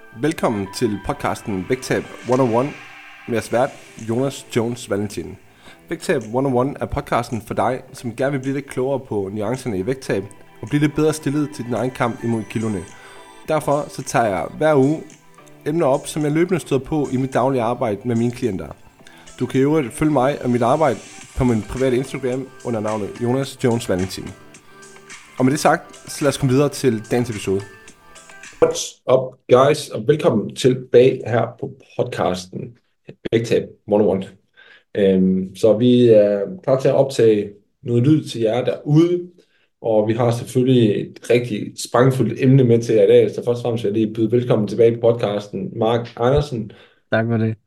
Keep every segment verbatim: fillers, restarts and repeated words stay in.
Velkommen til podcasten Vægtab et nul et med jeres vært Jonas Jones Valentin. Vægtab et nul et er podcasten for dig, som gerne vil blive lidt klogere på nuancerne i vægttab og blive lidt bedre stillet til din egen kamp imod kiloene. Derfor så tager jeg hver uge emner op, som jeg løbende støder på i mit daglige arbejde med mine klienter. Du kan jo følge mig og mit arbejde på min private Instagram under navnet Jonas Jones Valentin. Og med det sagt, så lad os komme videre til dagens episode. What's up, guys, og velkommen tilbage her på podcasten Vægtab et nul et. Øhm, så vi er klar til at optage noget lyd til jer derude, og vi har selvfølgelig et rigtig sprængfuldt emne med til jer i dag. Så først og fremmest vil jeg lige byde velkommen tilbage på podcasten, Mark Andersen. Tak for det.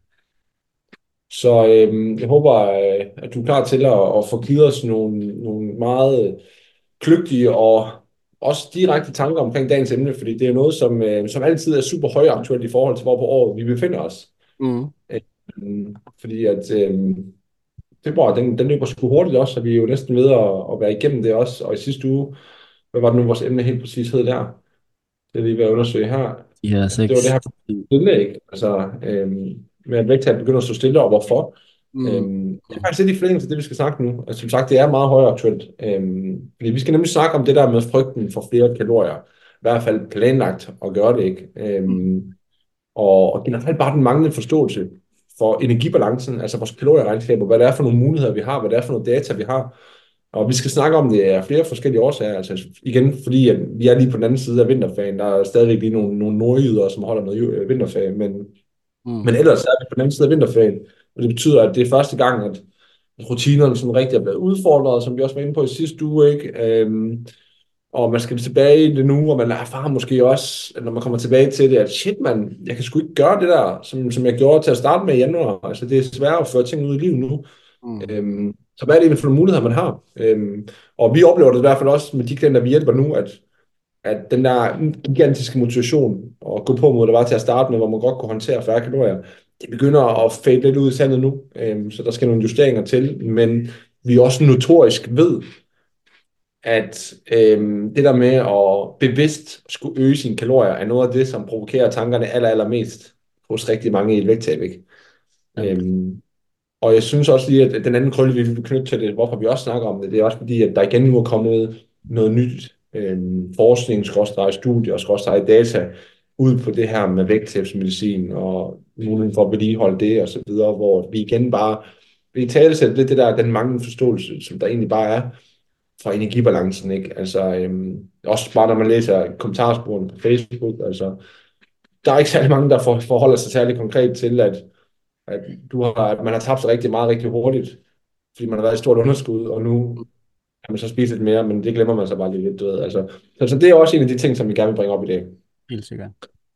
Så øhm, jeg håber, at du er klar til at, at få givet os nogle, nogle meget kløgtige og også direkte tanker omkring dagens emne, fordi det er noget, som, øh, som altid er super højaktuelt i forhold til, hvor på året vi befinder os. Mm. Øh, fordi at øh, februar, den, den løber sgu hurtigt også, så vi er jo næsten ved at, at være igennem det også. Og i sidste uge, hvad var det nu, vores emne helt præcis hed der? Det er lige ved at undersøge her. Ja, altså, det var det her stille, ikke? Altså, øh, med at vægttab begynder at stå stille, og hvorfor? Mm. Øhm, det er faktisk lidt i forlængelse af det, vi skal snakke nu. Altså, som sagt, det er meget højaktuelt. Øhm, fordi vi skal nemlig snakke om det der med frygten for flere kalorier. I hvert fald planlagt at gøre det, ikke? Øhm, og, og generelt bare den manglende forståelse for energibalancen, altså vores kalorieregnskaber, hvad det er for nogle muligheder, vi har, hvad det er for nogle data, vi har. Og vi skal snakke om det af flere forskellige årsager. Altså igen, fordi at vi er lige på den anden side af vinterferien. Der er stadigvæk lige nogle, nogle nordjyder, som holder noget vinterferie, men, mm. men ellers er vi på den anden side af vinterferien. Og det betyder, at det er første gang, at rutinerne sådan rigtig er blevet udfordret, som vi også var inde på i sidste uge, ikke? Øhm, og man skal tilbage i det nu, og man erfarer måske også, når man kommer tilbage til det, at shit man, jeg kan sgu ikke gøre det der, som, som jeg gjorde til at starte med i januar. Altså det er svært at føre ting ud i livet nu. Mm. Øhm, så hvad er det egentlig for nogle muligheder, man har? Øhm, og vi oplever det i hvert fald også med de klienter, vi hjælper nu, at, at den der gigantiske motivation at gå på mod, det var til at starte med, hvor man godt kunne håndtere færre kalorier, det begynder at fade lidt ud i sandet nu, øhm, så der skal nogle justeringer til, men vi også notorisk ved, at øhm, det der med at bevidst skulle øge sine kalorier, er noget af det, som provokerer tankerne aller, allermest hos rigtig mange i et vægttab, ikke? Okay. Øhm, og jeg synes også lige, at den anden krølle, vi vil knytte til det, hvorfor vi også snakker om det, det er også fordi, at der igen nu er kommet noget, noget nyt øhm, forskning, skråstreg studier, skråstreg data, ud på det her med vægttabsmedicin og muligheden for at vedligeholde det og så videre, hvor vi igen bare vi talesætter lidt det der, den manglende forståelse, som der egentlig bare er fra energibalancen, ikke? Altså, øhm, også bare når man læser kommentarsporene på Facebook, altså, der er ikke særlig mange, der for, forholder sig særlig konkret til, at, at, du har, at man har tabt sig rigtig meget, rigtig hurtigt, fordi man har været i stort underskud, og nu kan man så spise lidt mere, men det glemmer man så bare lidt, du ved. Altså, så, så det er også en af de ting, som vi gerne vil bringe op i dag. Helt sikkert.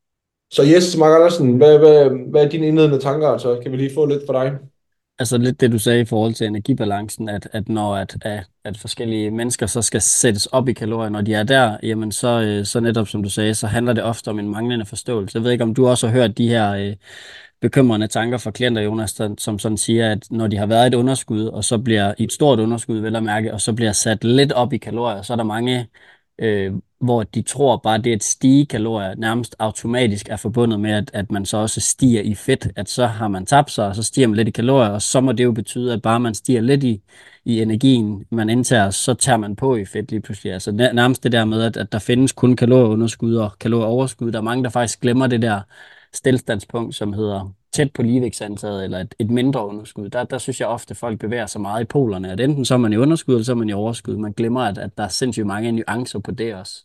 Så yes, Mark Andersen, hvad, hvad, hvad er dine indledende tanker? Altså, kan vi lige få lidt for dig? Altså lidt det, du sagde i forhold til energibalancen, at, at når at, at, at forskellige mennesker så skal sættes op i kalorier, når de er der, jamen så, så netop som du sagde, så handler det ofte om en manglende forståelse. Jeg ved ikke, om du også har hørt de her øh, bekymrende tanker fra klienter, Jonas, der, som sådan siger, at når de har været i et underskud, og så bliver i et stort underskud, vel at mærke, og så bliver sat lidt op i kalorier, så er der mange, øh, hvor de tror bare, det at stige kalorier nærmest automatisk er forbundet med, at, at man så også stiger i fedt, at så har man tabt sig, og så stiger man lidt i kalorier, og så må det jo betyde, at bare man stiger lidt i, i energien, man indtager, så tager man på i fedt lige pludselig. Altså nærmest det der med, at, at der findes kun kalorieunderskud og kalorieoverskud. Der er mange, der faktisk glemmer det der stilstandspunkt, som hedder tæt på ligevægtsantaget, eller et, et mindre underskud. Der, der synes jeg ofte, at folk bevæger sig meget i polerne, at enten så er man i underskud, eller så er man i overskud. Man glemmer, at, at der er sindssygt mange nuancer på det også.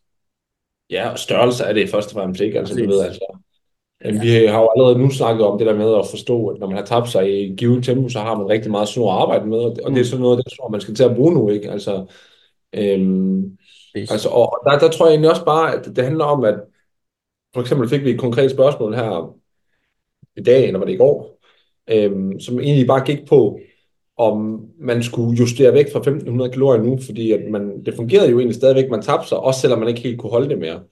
Ja, og størrelse er det først og fremmest, ikke? Altså, du ved, altså, ja. Vi har jo allerede nu snakket om det der med at forstå, at når man har tabt sig i et givet tempo, så har man rigtig meget snor at arbejde med, og det, mm. og det er sådan noget af det snor, man skal til at bruge nu, ikke? Altså, øhm, altså og der, der tror jeg egentlig også bare, at det handler om, at for eksempel fik vi et konkret spørgsmål her i dag, eller var det i går, øhm, som egentlig bare gik på, om man skulle justere væk fra femten hundrede kalorier nu, fordi at man, det fungerede jo egentlig stadigvæk, man tabte sig, også selvom man ikke helt kunne holde det mere.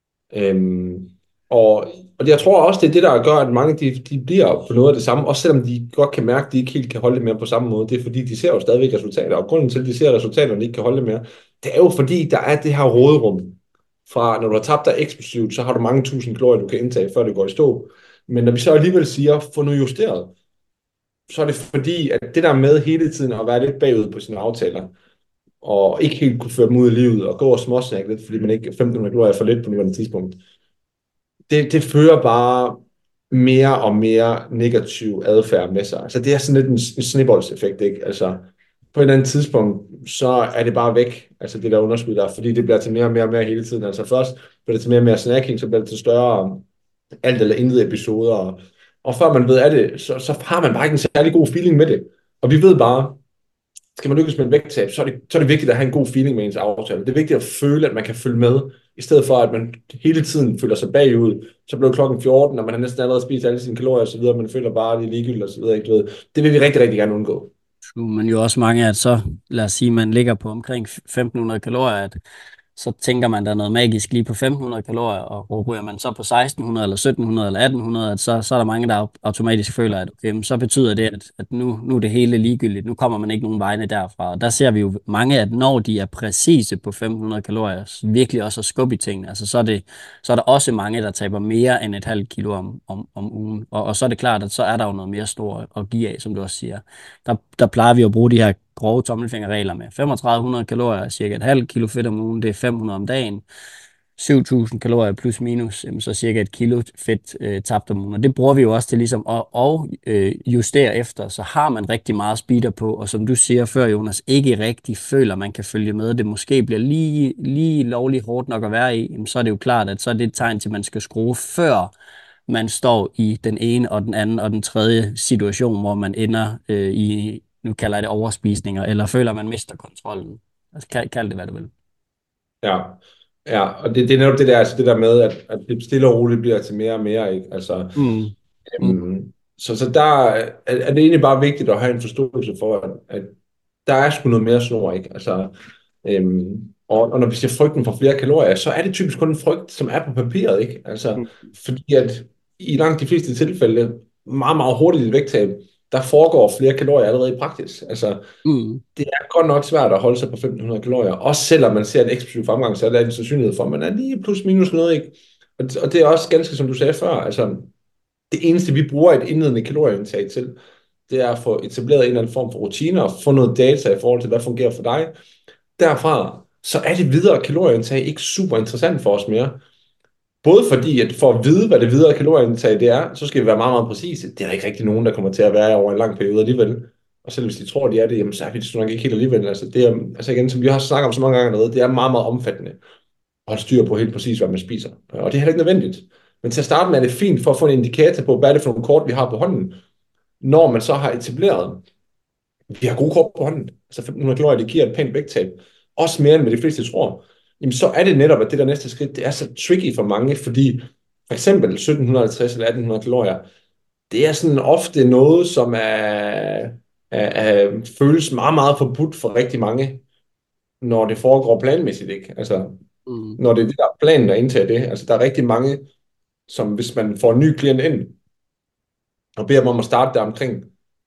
Øhm, og, og jeg tror også, det er det, der gør, at mange de, de bliver på noget af det samme, også selvom de godt kan mærke, at de ikke helt kan holde det mere på samme måde. Det er fordi, de ser jo stadigvæk resultater, og grunden til, at de ser resultater, når de ikke kan holde det mere, det er jo fordi, der er det her råderum fra når du har tabt dig eksplosivt, så har du mange tusind kalorier, du kan indtage, før det går i stå. Men når vi så alligevel siger, få nu justeret, så er det fordi, at det der med hele tiden at være lidt bagud på sine aftaler, og ikke helt kunne føre dem ud i livet, og gå og småsnakke lidt, fordi man ikke femten hundrede kalorier er for lidt på nuværende tidspunkt, det, det fører bare mere og mere negativ adfærd med sig. Altså det er sådan lidt en, en snibboldseffekt, ikke? Altså på et eller andet tidspunkt, så er det bare væk, altså det der underskud der, fordi det bliver til mere og mere og mere hele tiden. Altså først bliver det til mere og mere snacking, så bliver det til større alt eller intet episoder, og, og før man ved af det, så, så har man bare ikke en særlig god feeling med det. Og vi ved bare, skal man lykkes med en vægttab, så er, det, så er det vigtigt at have en god feeling med ens aftale. Det er vigtigt at føle, at man kan følge med, i stedet for at man hele tiden føler sig bagud. Så blev klokken fjorten, og man har næsten allerede spist alle sine kalorier osv., og man føler bare, at det er ligegyldigt osv. Det vil vi rigtig, rigtig gerne undgå. Men jo også mange, at så, lad os sige, man ligger på omkring femten hundrede kalorier, at så tænker man, der er noget magisk lige på femten hundrede kalorier, og ryger man så på seksten hundrede, eller sytten hundrede, eller atten hundrede, at så, så er der mange, der automatisk føler, at okay, så betyder det, at, at nu, nu er det hele ligegyldigt, nu kommer man ikke nogen vegne derfra. Og der ser vi jo mange, at når de er præcise på femten hundrede kalorier, virkelig også at skubbe i tingene, altså så er, det, så er der også mange, der taber mere end et halvt kilo om, om, om ugen. Og, og så er det klart, at så er der jo noget mere stort at give af, som du også siger. Der, der plejer vi at bruge de her grove tommelfingerregler med femogtredive hundrede kalorier, cirka et halvt kilo fedt om ugen, det er fem hundrede om dagen, syv tusind kalorier plus minus, så cirka et kilo fedt øh, tabt om ugen. Og det bruger vi jo også til ligesom at og, øh, justere efter, så har man rigtig meget speeder på, og som du siger før, Jonas, ikke rigtig føler, man kan følge med, det måske bliver lige, lige lovligt hårdt nok at være i, jamen, så er det jo klart, at så er det et tegn til, at man skal skrue før man står i den ene og den anden og den tredje situation, hvor man ender øh, i, nu kalder jeg det overspisninger, eller føler, man mister kontrollen. Altså, kald, kald det, hvad du vil. Ja, ja, og det, det er netop det der, altså det der med, at, at det stille og roligt bliver til mere og mere, ikke? Altså, Mm. Mm. øhm, så, så der er, er det egentlig bare vigtigt at have en forståelse for, at, at der er sgu noget mere snor, ikke? Altså, øhm, og, og når vi siger frygten for flere kalorier, så er det typisk kun en frygt, som er på papiret, ikke? Altså, Mm. fordi at i langt de fleste tilfælde, meget, meget hurtigt i vægttab, der foregår flere kalorier allerede i praksis. Altså, Mm. det er godt nok svært at holde sig på femten hundrede kalorier. Også selvom man ser en eksplosiv fremgang, så er der en sandsynlighed for, at man er lige plus minus noget, ikke? Og, og det er også ganske, som du sagde før, altså, det eneste, vi bruger et indledende kalorieindtag til, det er at få etableret en eller anden form for rutiner, og få noget data i forhold til, hvad fungerer for dig. Derfra, så er det videre kalorieindtag ikke super interessant for os mere. Både fordi, at for at vide, hvad det videre kalorieindtag det er, så skal vi være meget, meget præcise. Det er der ikke rigtig nogen, der kommer til at være over en lang periode alligevel. Og selv hvis de tror, de er det, jamen, så er vi det nok ikke helt alligevel. Altså, det er, altså igen, som vi har snakket om så mange gange allerede, det er meget, meget omfattende at holde styr på helt præcis, hvad man spiser. Og det er heller ikke nødvendigt. Men til at starte med er det fint for at få en indikator på, hvad er det for nogle kort, vi har på hånden. Når man så har etableret, vi har gode kort på hånden, altså femten hundrede kalorier, det giver et pænt vægttab, også mere end med de fleste tror, jamen så er det netop, at det der næste skridt, det er så tricky for mange, fordi for eksempel sytten halvtreds eller atten hundrede kalorier, det er sådan ofte noget, som er, er, er, føles meget, meget forbudt for rigtig mange, når det foregår planmæssigt, ikke? Altså, Mm. når det er det, der er planen at indtage det. Altså, der er rigtig mange, som hvis man får en ny klient ind, og beder dem om at starte der omkring,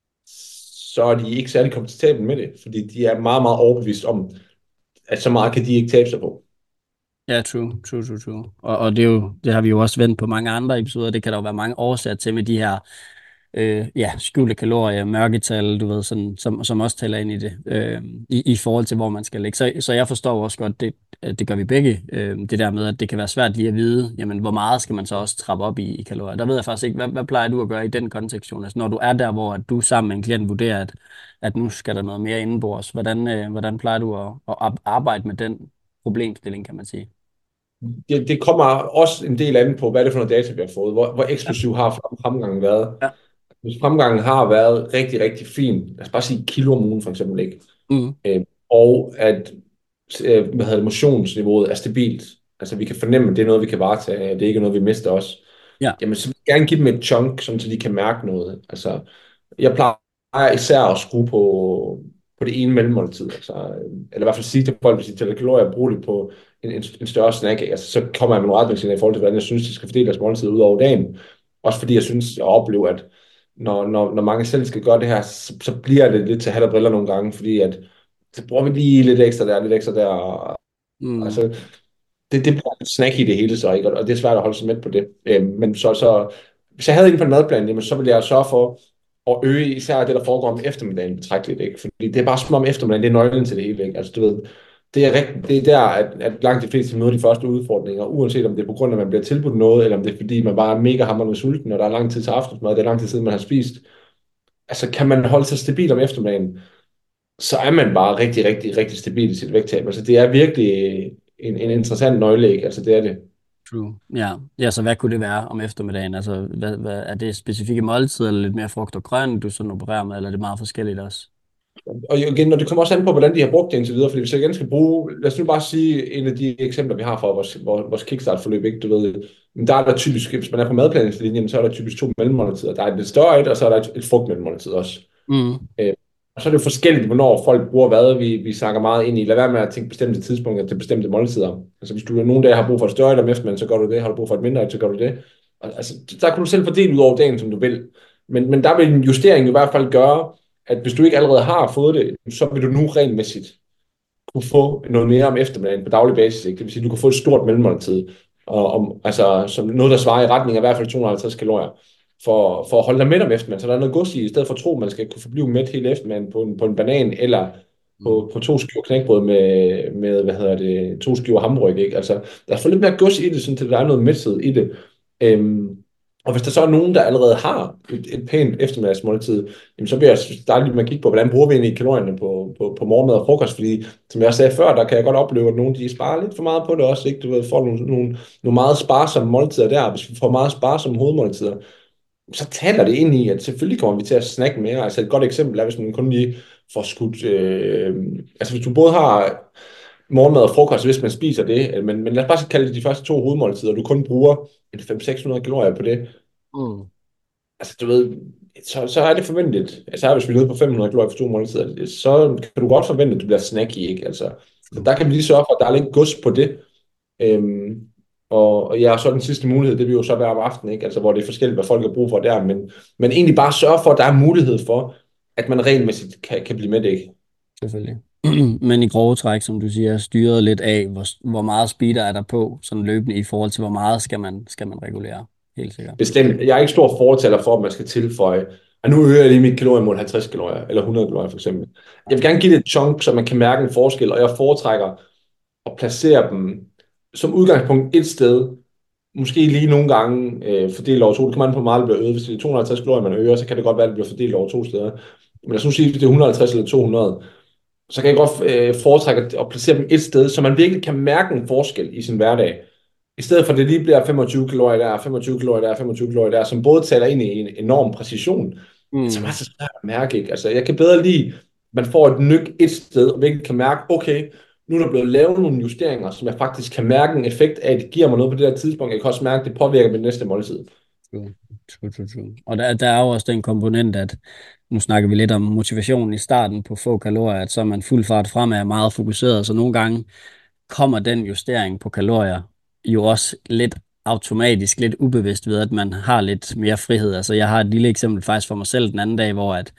så er de ikke særlig komfortable med det, fordi de er meget, meget overbevist om, at så meget kan de ikke tabe sig på. Ja, true, true, true, true. Og, og det, er jo, det har vi jo også vendt på mange andre episoder. Det kan der jo være mange årsager til med de her øh, ja, skjulte kalorier, mørketal, du ved, sådan, som, som også tæller ind i det, øh, i, i forhold til, hvor man skal ligge. Så, så jeg forstår også godt, det, det gør vi begge, øh, det der med, at det kan være svært lige at vide, jamen, hvor meget skal man så også trappe op i, i kalorier. Der ved jeg faktisk ikke, hvad, hvad plejer du at gøre i den kontekst, Jonas? Når du er der, hvor du sammen med en klient vurderer, at, at nu skal der noget mere indenbords, hvordan, øh, hvordan plejer du at, at arbejde med den problemstilling, kan man sige? Det, det kommer også en del an på, hvad det er for noget data, vi har fået. Hvor, hvor eksplosiv har fremgangen været. Ja. Hvis fremgangen har været rigtig, rigtig fin, lad os bare sige kilo om ugen for eksempel, ikke? Mm. Øh, og at øh, hvad hedder det, motionsniveauet er stabilt, altså vi kan fornemme, at det er noget, vi kan varetage, det er ikke noget, vi mister også. Ja. Jamen, så vil jeg gerne give dem et chunk, sådan, så de kan mærke noget. Altså, jeg plejer især at skrue på, på det ene mellemmåltid, altså, eller i hvert fald sige til folk, hvis de tæller kalorier, bruge det på en, en, en større snack, altså, så kommer jeg med nogle retningslinjer i forhold til, hvordan jeg synes, de skal fordele deres måltid ud over dagen. Også fordi jeg synes, jeg oplever, at når, når, når mange selv skal gøre det her, så, så bliver det lidt til hat og briller nogle gange, fordi at så bruger vi lige lidt ekstra der, lidt ekstra der. Mm. Altså, det, det bliver et snack i det hele så, ikke? Og, og det er svært at holde sig med på det. Øhm, men så, så, hvis jeg havde en på en madplan, jamen, så ville jeg sørge for at øge især det, der foregår om eftermiddagen betragteligt, ikke? Fordi det er bare som om eftermiddagen, det er nøglen til det hele, ikke? Altså, du ved, det er, rigt, det er der, at, at langt de fleste møder de første udfordringer, uanset om det er på grund af, at man bliver tilbudt noget, eller om det er fordi, man bare er mega hammerende sulten, og der er lang tid til aftensmad, det er lang tid siden, man har spist. Altså, kan man holde sig stabil om eftermiddagen, så er man bare rigtig, rigtig, rigtig stabil i sit vægttab. Altså, det er virkelig en, en interessant nøgle, ikke? Altså, det er det. True. Ja. Ja, så hvad kunne det være om eftermiddagen? Altså, hvad, hvad, er det specifikke måltider, eller lidt mere frugt og grønt, du sådan opererer med, eller er det meget forskelligt også? Og igen, og det kommer også an på, hvordan de har brugt det indtil videre, fordi hvis jeg igen skal bruge, lad os nu bare sige, en af de eksempler, vi har fra vores, vores, vores kickstart-forløb, ikke, du ved, men der er der typisk, hvis man er på madplaningslinjen, så er der typisk to mellemmåltider. Der er et lidt større et, og så er der et, et frugtmellemmåltid også. Mm. Øh, og så er det jo forskelligt, hvornår folk bruger hvad. Vi, vi snakker meget ind i, lad være med at tænke bestemte tidspunkter til bestemte måltider. Altså hvis du nogle dage har brug for et større et om eftermiddagen, så gør du det. Har du brug for et mindre et, så gør du det. Og, altså, der kan du selv fordele ud over dagen, som du vil. Men, men der vil en justering i hvert fald gøre, at hvis du ikke allerede har fået det, så vil du nu regelmæssigt kunne få noget mere om eftermiddagen på daglig basis. Ikke? Det vil sige, at du kan få et stort mellemmåltid, og om, altså, som noget, der svarer i retning af i hvert fald to hundrede og halvtreds kalorier, for, for at holde dig med om eftermiddagen. Så der er noget gods i, i stedet for at tro, at man skal kunne forblive mæt hele eftermiddagen på en, på en banan, eller på, på to skiver knækbrød med, med, hvad hedder det, to skiver hamburg. Ikke? Altså, der er for lidt mere gods i det, sådan, at der er noget mæthed i det. Øhm, Og hvis der så er nogen, der allerede har et, et pænt eftermiddagsmåltid, jamen så vil jeg starte lige med at kigge på, hvordan bruger vi egentlig kalorierne på, på, på morgenmad og frokost, fordi som jeg sagde før, der kan jeg godt opleve, at nogen de sparer lidt for meget på det også, ikke? Du ved, får nogle, nogle, nogle meget sparsomme måltider der, hvis vi får meget sparsomme hovedmåltider, så taler det ind i, at selvfølgelig kommer vi til at snakke mere. Altså et godt eksempel er, hvis man kun lige får skudt, øh, altså hvis du både har morgenmad og frokost, hvis man spiser det, men, men lad os bare kalde det de første to hovedmåltider, og du kun bruger fem hundrede til seks hundrede kalorier på det. Mm. Altså, du ved, så, så er det forventeligt. Altså, hvis vi er nede på fem hundrede kalorier for to måltider, så kan du godt forvente, at du bliver snacky, ikke? Altså, så der kan vi lige sørge for, at der er lidt gods på det. Øhm, og, og ja, så den sidste mulighed, det vil jo så være om aftenen, ikke? Altså, hvor det er forskelligt, hvad folk har brug for der, men, men egentlig bare sørge for, at der er mulighed for, at man regelmæssigt kan, kan blive med det, ikke? Selvfølgelig. Men i grove træk, som du siger, styret lidt af, hvor, hvor meget speeder er der på, sådan løbende i forhold til, hvor meget skal man, skal man regulere. Helt sikkert. Bestemt. Jeg er ikke stor fortaler for, at man skal tilføje, og nu øger jeg lige mit kaloriemål halvtreds kalorier, eller hundrede kalorier for eksempel. Jeg vil gerne give det et chunk, så man kan mærke en forskel, og jeg foretrækker at placere dem som udgangspunkt et sted, måske lige nogle gange øh, fordelt over to. Det kommer an på, hvor meget det bliver øget. Hvis det er to hundrede og halvtreds kalorier, man øger, så kan det godt være, at det bliver fordelt over to steder. Men lad os nu sige, at det er et hundrede og halvtreds eller to hundrede, så kan jeg godt øh, foretrække at placere dem et sted, så man virkelig kan mærke en forskel i sin hverdag. I stedet for at det lige bliver femogtyve kalorier der, femogtyve kalorier der, femogtyve kalorier der, som både taler ind i en enorm præcision, mm. som er så svært at mærke. Ikke? Altså, jeg kan bedre lide, at man får et nyk et sted, og virkelig kan mærke, okay, nu er der blevet lavet nogle justeringer, som jeg faktisk kan mærke en effekt af, at det giver mig noget på det der tidspunkt. Jeg kan også mærke, at det påvirker mit næste måltid. True, true, true, true. Og der, der er jo også den komponent, at nu snakker vi lidt om motivationen i starten på få kalorier, at så er man fuld fart fremad og meget fokuseret, så nogle gange kommer den justering på kalorier jo også lidt automatisk, lidt ubevidst ved, at man har lidt mere frihed. Altså jeg har et lille eksempel faktisk for mig selv den anden dag, hvor at,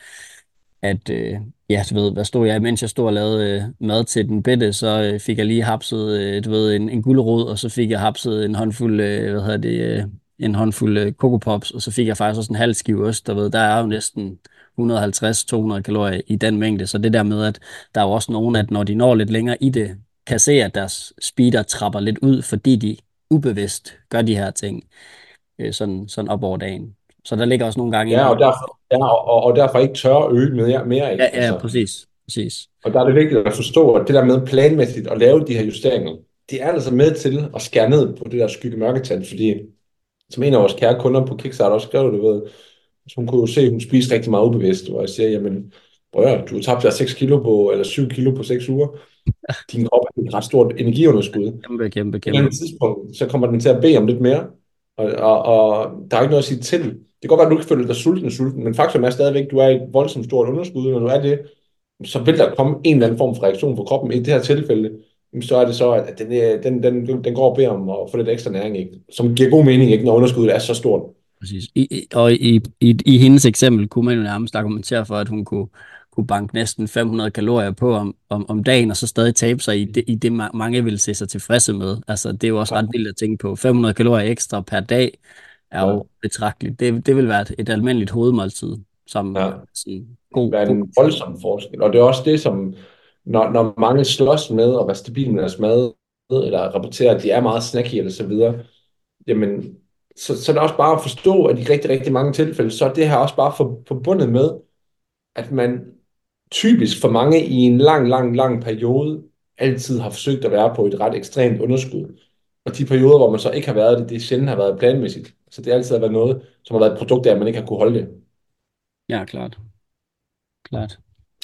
at øh, ja, du ved, hvad stod jeg, mens jeg stod og lavede øh, mad til den bitte, så øh, fik jeg lige hapset, øh, du ved, en, en gulerod, og så fik jeg hapset en håndfuld, øh, hvad hedder det, øh, en håndfuld øh, Coco Pops, og så fik jeg faktisk også en halv skive ost, der ved, der er jo næsten et hundrede og halvtreds til to hundrede kalorier i den mængde, så det der med, at der er jo også nogen, at når de når lidt længere i det, kan se, at deres speeder trapper lidt ud, fordi de ubevidst gør de her ting øh, sådan, sådan op over dagen. Så der ligger også nogle gange... Ja, og derfor, ja, og, og derfor ikke tør at øge mere. mere ikke? Ja, ja, altså. præcis, præcis. Og der er det vigtigt at forstå, at det der med planmæssigt at lave de her justeringer, det er altså med til at skære ned på det der skygge mørketal, fordi som en af vores kære kunder på Kickstarter også skrev, du ved, så hun kunne jo se, at hun spiste rigtig meget ubevidst, og jeg siger, jamen, brød, du har tabt der seks kilo på, eller syv kilo på seks uger. Din krop har et ret stort energiunderskud. Kæmpe, kæmpe, kæmpe. På et tidspunkt, så kommer den til at bede om lidt mere, og, og, og der er ikke noget at sige til. Det kan godt være, at du ikke føler dig sulten, sulten, men faktum er stadigvæk, at du er i et voldsomt stort underskud, når du er det, så vil der komme en eller anden form for reaktion på kroppen. I det her tilfælde, så er det så, at den, den, den, den går og beder om at få lidt ekstra næring, ikke? Som giver god mening, ikke, når underskuddet er så stort. Præcis. I, og i, i, i hendes eksempel kunne man jo nærmest argumentere for, at hun kunne, kunne banke næsten fem hundrede kalorier på om, om, om dagen, og så stadig tabe sig i det, i det ma- mange vil se sig tilfredse med. Altså, det er jo også ret vildt at tænke på. fem hundrede kalorier ekstra per dag er Ja, jo betragteligt. Det, det vil være et, et almindeligt hovedmåltid, som ja. sådan, Det vil god, være god. en voldsom forskel. Og det er også det, som når, når mange slås med at være stabil med deres mad, eller rapporterer, at de er meget snacky eller så videre, jamen, så, så er det også bare at forstå, at i rigtig, rigtig mange tilfælde, så er det her også bare for, forbundet med, at man typisk for mange i en lang, lang, lang periode altid har forsøgt at være på et ret ekstremt underskud. Og de perioder, hvor man så ikke har været det, det sjældent har været planmæssigt. Så det har altid været noget, som har været et produkt af, at man ikke har kunne holde det. Ja, klart. Klart.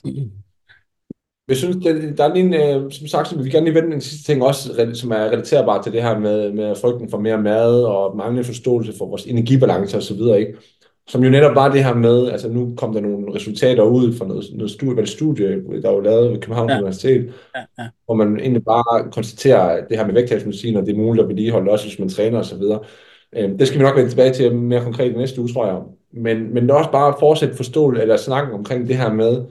Jeg synes, der, der er lige en, øh, som sagt, så vil vi gerne lige vende en sidste ting også, re- som er relaterbar til det her med, med frygten for mere mad og manglende forståelse for vores energibalance og så videre, ikke? Som jo netop var det her med, altså nu kom der nogle resultater ud fra noget, noget studie, hvad det studie, der var lavet ved Københavns Ja, Universitet, ja, ja. hvor man egentlig bare konstaterer, at det her med vægttabsmedicin, og det er muligt at vedligeholde også, hvis man træner og så videre. Øh, det skal vi nok vende tilbage til mere konkret i næste uge, tror jeg. Men, men også bare fortsætte forståelse, eller snakken omkring det her med,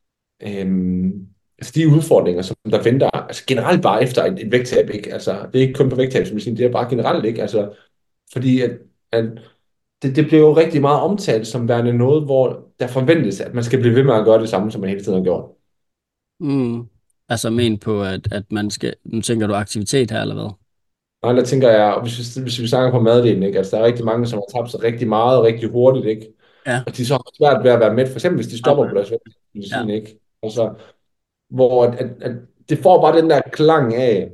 Øhm, altså de udfordringer, som der venter, altså generelt bare efter et, et vægttab, ikke? Altså, det er ikke kun på vægttabsmedicin, det er bare generelt, ikke? Altså, fordi at, at det, det bliver jo rigtig meget omtalt som værende noget, hvor der forventes, at man skal blive ved med at gøre det samme, som man hele tiden har gjort. Mm. Altså men på, at, at man skal... Nu tænker du aktivitet her, eller hvad? Og der tænker jeg, hvis vi, hvis vi snakker på maddelen, ikke? Altså, der er rigtig mange, som har tabt sig rigtig meget og rigtig hurtigt, ikke? Ja. Og de så har svært ved at være med, for eksempel hvis de stopper på deres vægttabsmedicin, Ja. ikke? Altså, hvor at, at, at det får bare den der klang af,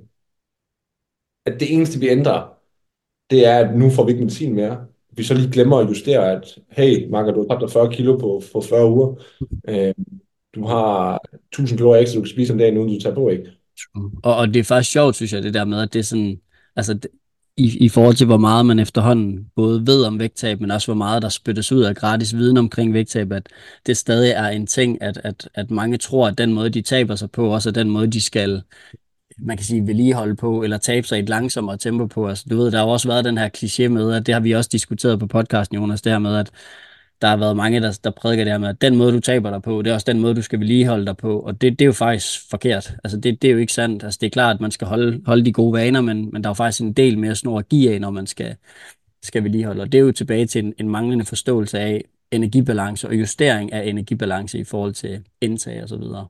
at det eneste, vi ændrer, det er, at nu får vi ikke medicin mere. Vi så lige glemmer at justere, at hey, Marker, du har tabt dig fyrre kilo på, på fyrre uger. Øh, du har tusind kalorier ekstra, du kan spise om dagen, uden du tager på, ikke? Og, og det er faktisk sjovt, synes jeg, det der med, at det er sådan, altså det, i, i forhold til, hvor meget man efterhånden både ved om vægttab, men også hvor meget der spyttes ud af gratis viden omkring vægttab, at det stadig er en ting, at, at, at mange tror, at den måde, de taber sig på, også er den måde, de skal, man kan sige, vedligeholde på, eller tabe sig i et langsommere tempo på. Altså, du ved, der har jo også været den her kliché med, at det har vi også diskuteret på podcasten, Jonas, det her med, at der har været mange, der, der prædiker det her med, at den måde, du taber dig på, det er også den måde, du skal vedligeholde dig på, og det, det er jo faktisk forkert. Altså, det, det er jo ikke sandt. Altså, det er klart, at man skal holde, holde de gode vaner, men, men der er jo faktisk en del mere snor at give af, når man skal, skal vedligeholde, og det er jo tilbage til en, en manglende forståelse af energibalance og justering af energibalance i forhold til indtag og så videre.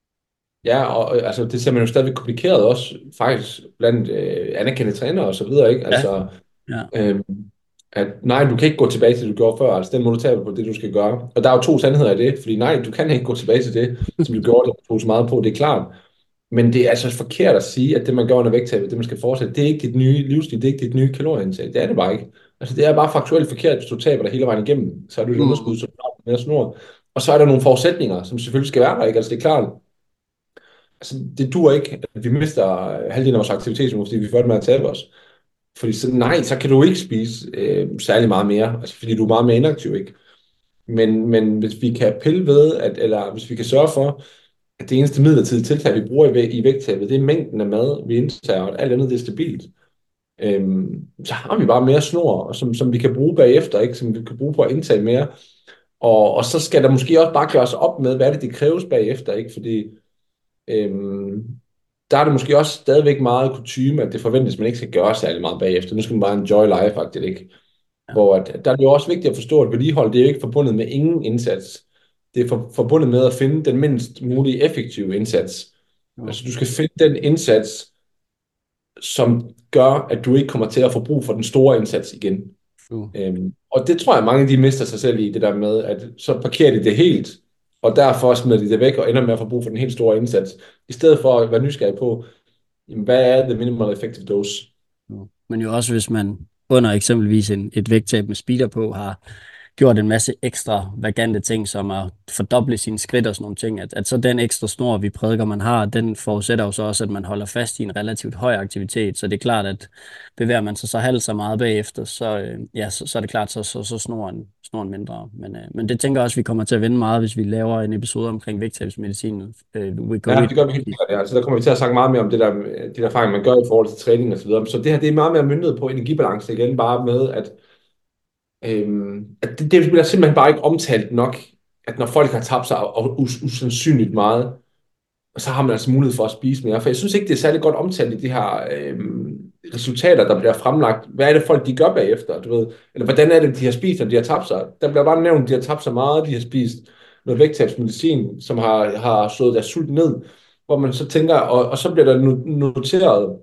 Ja, og øh, altså, det ser man jo stadigvæk komplikeret også, faktisk, blandt øh, anerkendte trænere og så videre, ikke? Altså, Ja. øhm, at nej, du kan ikke gå tilbage til det, du gjorde før, altså den må du tage på det, du skal gøre. Og der er jo to sandheder i det, fordi nej, du kan ikke gå tilbage til det, som du gjorde det, du så meget på, det er klart. Men det er altså forkert at sige, at det, man gør under vægttabet, det man skal fortsætte, det er ikke dit nye livsstil, det er ikke dit nye kalorieindtag. Det er det bare ikke. Altså det er bare faktuelt forkert, hvis du taber dig hele vejen igennem, så er du et Mm. underskud, så er du mere snor. Og så er der nogle forudsætninger, som selvfølgelig skal være der, ikke? Altså det er klart, altså det dur ikke, at vi mister halvdelen af vores aktivitetsniveau, fordi vi får det med at tabe os. Fordi så, nej, så kan du ikke spise øh, særlig meget mere, altså fordi du er meget mere inaktiv, ikke? Men, men hvis vi kan pille ved, at, eller hvis vi kan sørge for, at det eneste midlertidige tiltag, vi bruger i, væ- i vægttabet, det er mængden af mad, vi indtager, og alt andet det er stabilt, øhm, så har vi bare mere snor, som, som vi kan bruge bagefter, ikke? Som vi kan bruge på at indtage mere. Og, og så skal der måske også bare gøres op med, hvad er det, det kræves bagefter, ikke? Fordi øhm, der er det måske også stadigvæk meget kutyme, at det forventes, at man ikke skal gøre særlig meget bagefter. Nu skal man bare enjoy life, faktisk, ikke? Ja. Hvor at, der er det jo også vigtigt at forstå, at vedligehold, det er jo ikke forbundet med ingen indsats. Det er for, forbundet med at finde den mindst mulige effektive indsats. Jo. Altså du skal finde den indsats, som gør, at du ikke kommer til at få brug for den store indsats igen. Jo. Øhm, og det tror jeg, mange de mister sig selv i, det der med, at så parkerer de det helt, og derfor smider de det væk og ender med at få brug for den helt store indsats, i stedet for at være nysgerrig på, jamen, hvad er the minimal effective dose? Jo. Men jo også, hvis man under eksempelvis en, et vægttab med speeder på, har gjort en masse ekstra vagante ting, som at fordoble sine skridt og sådan nogle ting, at, at så den ekstra snor, vi prædiker, man har, den forudsætter jo så også, at man holder fast i en relativt høj aktivitet, så det er klart, at bevæger man sig så halvt så meget bagefter, så, øh, ja, så, så er det klart, så, så, så snoren, snoren mindre. Men, øh, men det tænker jeg også, vi kommer til at vende meget, hvis vi laver en episode omkring vægttabsmedicin. Øh, we go Ja, with- det gør vi helt sikkert. Ja. Altså, der kommer vi til at snakke meget mere om det der, de der erfaringer, man gør i forhold til træning og så videre. Så det her, det er meget mere myndet på energibalance igen, bare med, at, øhm, at det, det bliver simpelthen bare ikke omtalt nok at når folk har tabt sig og us- usandsynligt meget, så har man altså mulighed for at spise mere. For jeg synes ikke, det er særlig godt omtalt i de her øh, resultater, der bliver fremlagt. Hvad er det folk, de gør bagefter, du ved? Eller hvordan er det, de har spist, når de har tabt sig? Der bliver bare nævnt, at de har tabt sig meget, de har spist noget vægttabsmedicin, som har, har slået deres sult ned, hvor man så tænker, og, og så bliver der no- noteret,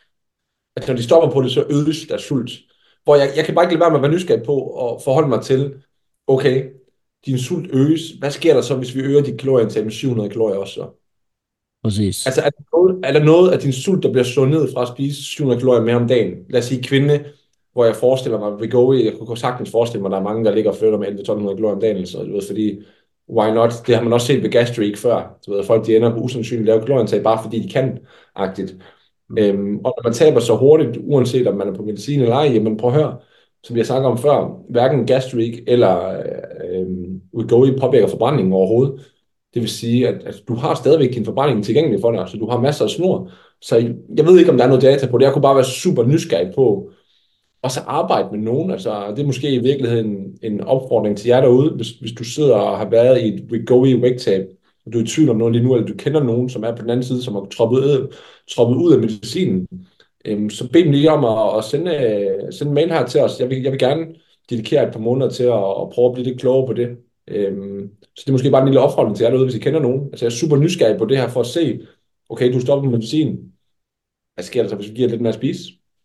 at når de stopper på det, så øges deres sult. Hvor jeg, jeg kan bare ikke lade være med at være nysgerrig på og forholde mig til, okay, din sult øges. Hvad sker der så, hvis vi øger dit kalorieindtag med syv hundrede kalorier også så? Præcis. Altså, er der, noget, er der noget af din sult, der bliver slået ned fra at spise syv hundrede kalorier mere om dagen? Lad os sige kvinde, hvor jeg forestiller mig, Wegovy, jeg kunne sagtens forestille mig, at der er mange, der ligger og flytter med elleve til tolv hundrede kalorier om dagen, så, du ved, fordi, why not? Det har man også set ved Gastric før. Du ved, folk de ender på usandsynligt lave kalorieindtag, bare fordi de kan, agtigt. Mm. Øhm, og når man taber så hurtigt, uanset om man er på medicin eller ej, jamen prøv at høre, som vi har snakket om før, hverken Gastric eller øh, Wegovy påvirker forbrændingen overhovedet. Det vil sige, at, at du har stadigvæk din forbrænding tilgængelig for dig, så du har masser af snor. Så jeg ved ikke, om der er noget data på det. Jeg kunne bare være super nysgerrig på og så arbejde med nogen. Altså, det er måske i virkeligheden en opfordring til jer derude, hvis, hvis du sidder og har været i et Wegovy vægttab, og du er i tvivl om noget lige nu, eller du kender nogen, som er på den anden side, som har troppet, troppet ud af medicinen, øhm, så bed dem lige om at, at sende, sende en mail her til os. Jeg vil, jeg vil gerne dedikere et par måneder til at, at prøve at blive lidt klogere på det. Øhm, så det er måske bare en lille opfordring til jer derude, hvis I kender nogen. Altså, jeg er super nysgerrig på det her for at se, okay, du stopper med medicin. Hvad sker der så, hvis vi giver lidt mere at spise?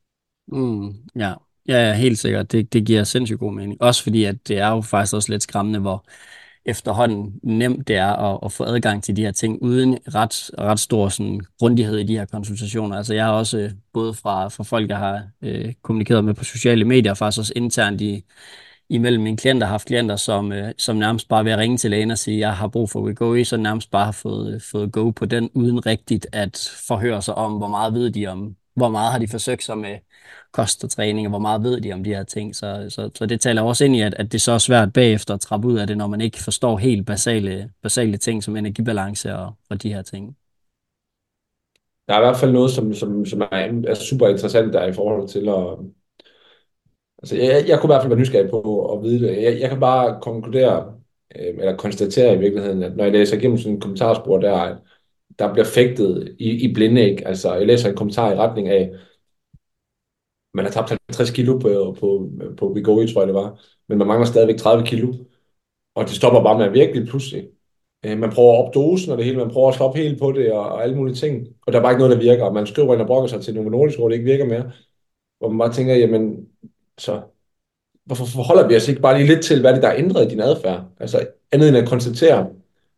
Mm, ja. Ja, ja, helt sikkert. Det, det giver sindssygt god mening. Også fordi, at det er jo faktisk også lidt skræmmende, hvor efterhånden nemt det er at, at få adgang til de her ting, uden ret, ret stor sådan, grundighed i de her konsultationer. Altså jeg har også øh, både fra, fra folk, jeg har øh, kommunikeret med på sociale medier, og faktisk også internt i, imellem mine klienter, har haft klienter, som, øh, som nærmest bare ved at ringe til lægen og sige, jeg har brug for Wegovy, så nærmest bare har fået, fået go på den, uden rigtigt at forhøre sig om, hvor meget ved de om, hvor meget har de forsøgt sig med kost og træning, og hvor meget ved de om de her ting. Så, så, så det taler også ind i, at, at det så er svært bagefter at trappe ud af det, når man ikke forstår helt basale, basale ting som energibalance og, og de her ting. Der er i hvert fald noget, som, som, som er, er super interessant der i forhold til at... Altså, jeg, jeg kunne i hvert fald være nysgerrig på at vide det. Jeg, jeg kan bare konkludere, øh, eller konstatere i virkeligheden, at når jeg læser igennem sådan en kommentarspor der, at der bliver fægtet i, i blinde, ikke? Altså, jeg læser en kommentar i retning af, man har tabt halvtreds kilo på, på, på Wegovy, tror jeg det var, men man mangler stadigvæk tredive kilo, og det stopper bare med at virke lidt pludselig. Øh, Man prøver at op dosen og det hele, man prøver at stoppe helt på det og, og alle mulige ting, og der er bare ikke noget, der virker, og man skriver ind og brokker sig til Novo Nordisk, hvor det ikke virker mere, hvor man bare tænker, jamen, så hvorfor forholder vi os ikke bare lige lidt til, hvad det, der er ændret i din adfærd? Altså andet end at konstatere,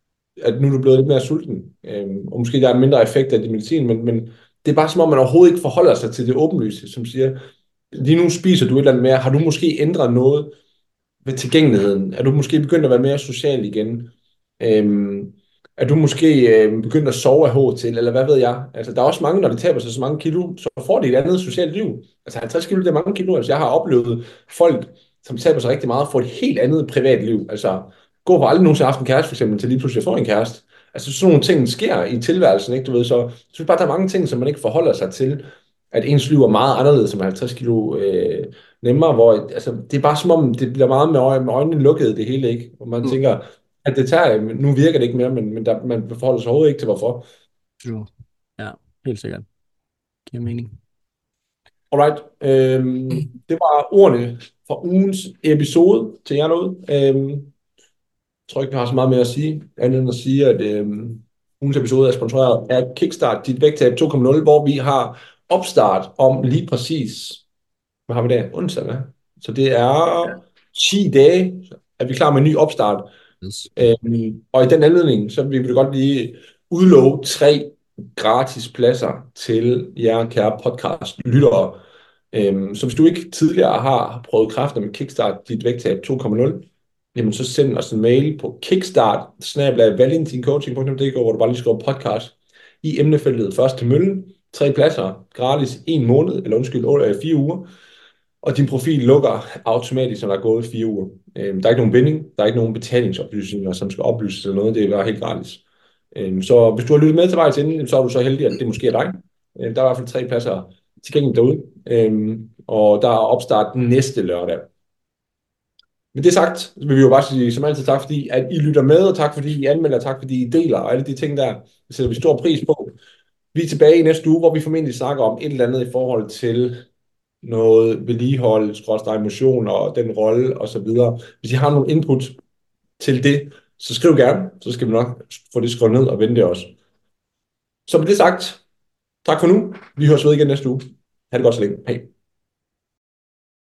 at nu er du blevet lidt mere sulten, øhm, og måske der er en mindre effekt af din medicin, men, men det er bare som om, man overhovedet ikke forholder sig til det åbenlyse, som siger, lige nu spiser du et eller andet mere, har du måske ændret noget ved tilgængeligheden? Er du måske begyndt at være mere social igen? Øhm, er du måske øh, begyndt at sove af H til, eller hvad ved jeg? Altså, der er også mange, når de taber sig så mange kilo, så får de et andet socialt liv. Altså halvtreds kilo, det er mange kilo. Altså, jeg har oplevet folk, som taber sig rigtig meget, får et helt andet privatliv. Altså, gå på aldrig nogensinde haft en kæreste, for eksempel, til lige pludselig at få en kæreste. Altså, sådan nogle ting sker i tilværelsen, ikke? Du ved, så jeg synes bare, der er mange ting, som man ikke forholder sig til, at ens liv er meget anderledes som halvtreds kilo øh, nemmere, hvor altså, det er bare som om, det bliver meget med, øj- med øjnene lukkede, det hele, ikke? Hvor man mm. tænker, at det tager, nu virker det ikke mere, men, men der, man forholder sig overhovedet ikke til, hvorfor. True. Ja, helt sikkert. Giver mening. Alright, øhm, det var ordene fra ugens episode til jer derude. Øhm, jeg tror ikke, vi har så meget mere at sige, andet end at sige, at øhm, ugens episode er sponsoreret af Kickstart Dit Vægttab to punkt nul, hvor vi har opstart om lige præcis, hvad har vi der? Onsdag, hvad? Så det er ti dage, at vi er klar med en ny opstart. Yes. Øhm, og i den anledning, så vil vi godt lige udlove tre gratis pladser til jer kære podcast-lyttere. Øhm, så hvis du ikke tidligere har prøvet kræfter med Kickstart Dit Vægttab to punkt nul, jamen så send os en mail på kickstart snabel-a valentincoaching punktum d k, hvor du bare lige skriver podcast i emnefeltet først til møllen. Tre pladser, gratis en måned, eller undskyld, otte, fire uger. Og din profil lukker automatisk, når der er gået fire uger. Øhm, der er ikke nogen binding, der er ikke nogen betalingsoplysninger, som skal oplyses eller noget. Det er bare helt gratis. Øhm, så hvis du har lyttet med til vejs ende, så er du så heldig, at det måske er dig. Øhm, der er i hvert fald tre pladser tilgængeligt derude. Øhm, og der er opstart næste lørdag. med det sagt, vil vi jo bare sige, som altid, tak fordi, at I lytter med, og tak fordi I anmelder, tak fordi I deler, og alle de ting der, det sætter vi stor pris på. Vi er tilbage i næste uge, hvor vi formentlig snakker om et eller andet i forhold til noget vedligehold, skråstreg motion og den rolle og så videre. Hvis I har nogle input til det, så skriv gerne, så skal vi nok få det skrevet ned og vende det også. Så med det sagt, tak for nu. Vi høres ved igen næste uge. Ha' det godt så længe. Hej.